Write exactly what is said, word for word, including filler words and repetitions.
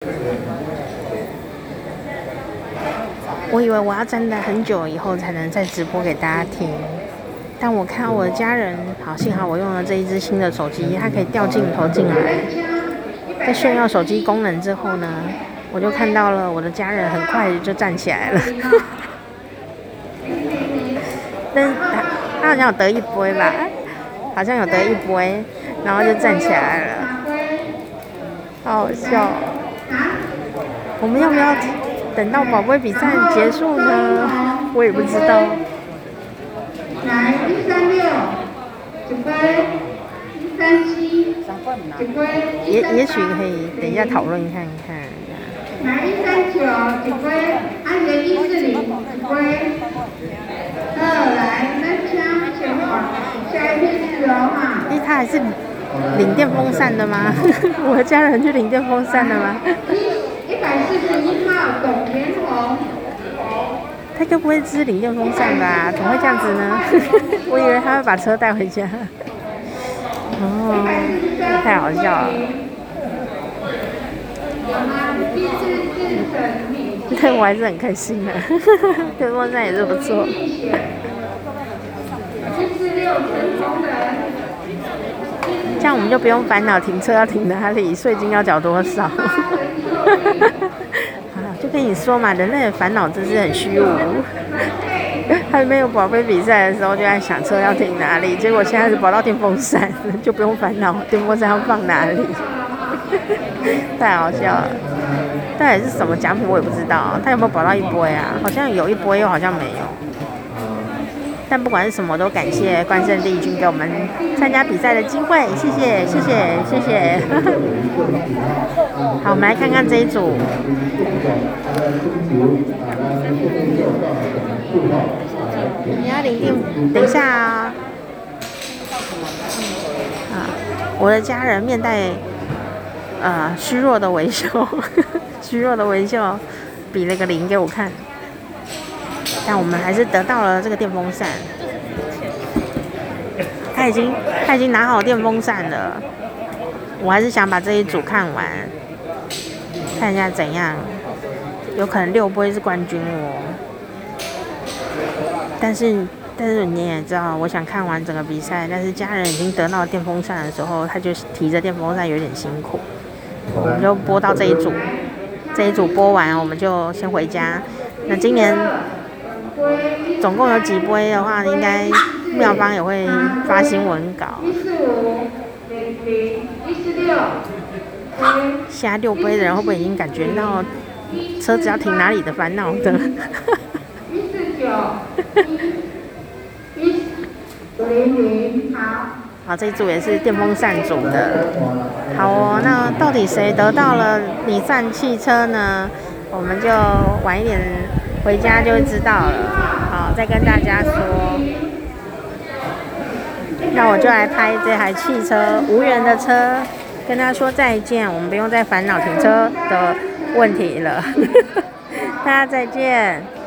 我以为我要站在很久以后才能再直播给大家听，但我看到我的家人，好，幸好我用了这一支新的手机，它可以调镜头进来。在炫耀手机功能之后呢，我就看到了我的家人很快就站起来了。但是他他好像有得一杯吧，好像有得一杯，然后就站起来了，好好笑。我们要不要等到宝贝比赛结束呢？我也不知道。 来一三六，一杯，一三七，一杯， 也也许可以等一下讨论看看。 来一三九，一杯，安全一四零，一杯。二来三枪前往，下一批自由哈。 诶，他还是领电风扇的吗？我的家人去领电风扇的吗？ 一百四十一号董连红。 他该不会是领电风扇吧？怎么会这样子呢？我以为他会把车带回家。哦，太好笑了。但我还是很开心的，电风扇也是不错。这样我们就不用烦恼停车要停哪里，税金要缴多少。就跟你说嘛，人类的烦恼真是很虚无。还没有宝贝比赛的时候就在想车要停哪里，结果现在是跑到电风扇，就不用烦恼电风扇要放哪里。太好笑了。到底是什么奖品我也不知道，他有没有保到一杯啊？好像有一杯，又好像没有。但不管是什么，都感谢关圣帝君给我们参加比赛的机会，谢谢，谢谢，谢谢。好，我们来看看这一组。你要领定，等一下啊！啊，我的家人面带呃虚弱的微笑。虚弱的微笑，比了个零给我看，但我们还是得到了这个电风扇。他已经他已经拿好电风扇了，我还是想把这一组看完，看一下怎样，有可能六杯是冠军哦。但是但是你也知道，我想看完整个比赛，但是家人已经得到电风扇的时候，他就提着电风扇有点辛苦，我们就播到这一组。这一组播完，我们就先回家。那今年总共有几杯的话，应该妙方也会发新闻稿。下六杯的人会不会已经感觉到车子要停哪里的烦恼的？好，这一组也是电风扇组的。好哦，那到底谁得到了尼桑汽车呢？我们就晚一点回家就会知道了。好，再跟大家说。那我就来拍这台汽车，无人的车，跟他说再见。我们不用再烦恼停车的问题了。大家再见。